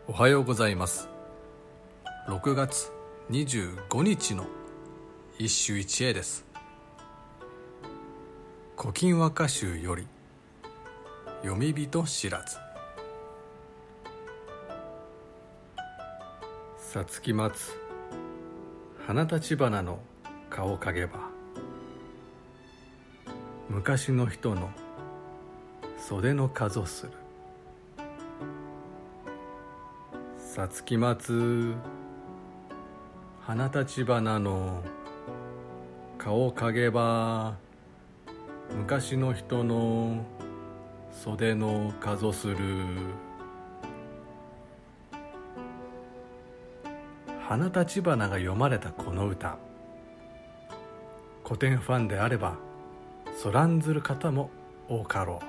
おはようございます。6月25日の一首一会です。古今和歌集より読み人知らず。さつき待つ花立花の顔かげば、昔の人の袖の数する。さつき待つ花立花の顔かげば、昔の人の袖の数する。花立花が読まれたこの歌、古典ファンであればそらんずる方も多かろ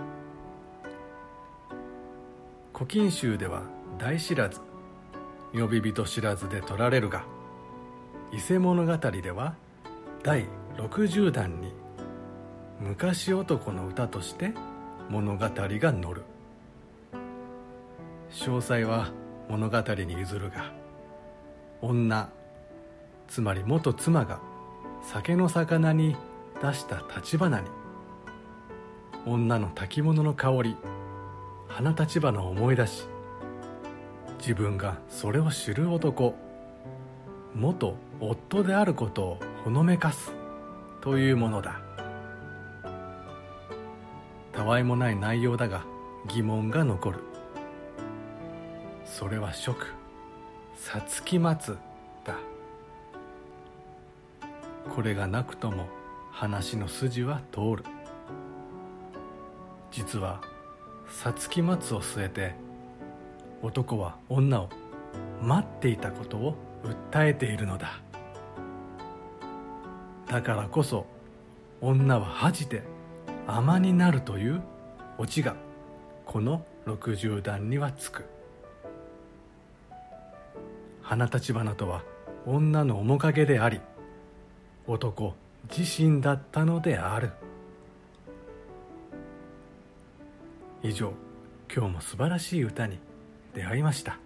う。古今集では大知らず、呼び人知らずで取られるが、伊勢物語では第60弾に昔男の歌として物語が載る。詳細は物語に譲るが、女、つまり元妻が酒の肴に出した立花に、女の焚き物の香り、花立花を思い出し、自分がそれを知る男、元夫であることをほのめかすというものだ。たわいもない内容だが疑問が残る。それは初句さつき待つだ。これがなくとも話の筋は通る。実はさつき待つを据えて、男は女を待っていたことを訴えているのだ。だからこそ女は恥じて尼になるというオチがこの60弾にはつく。花立花とは女の面影であり、男自身だったのである。以上、今日も素晴らしい歌に出会いました。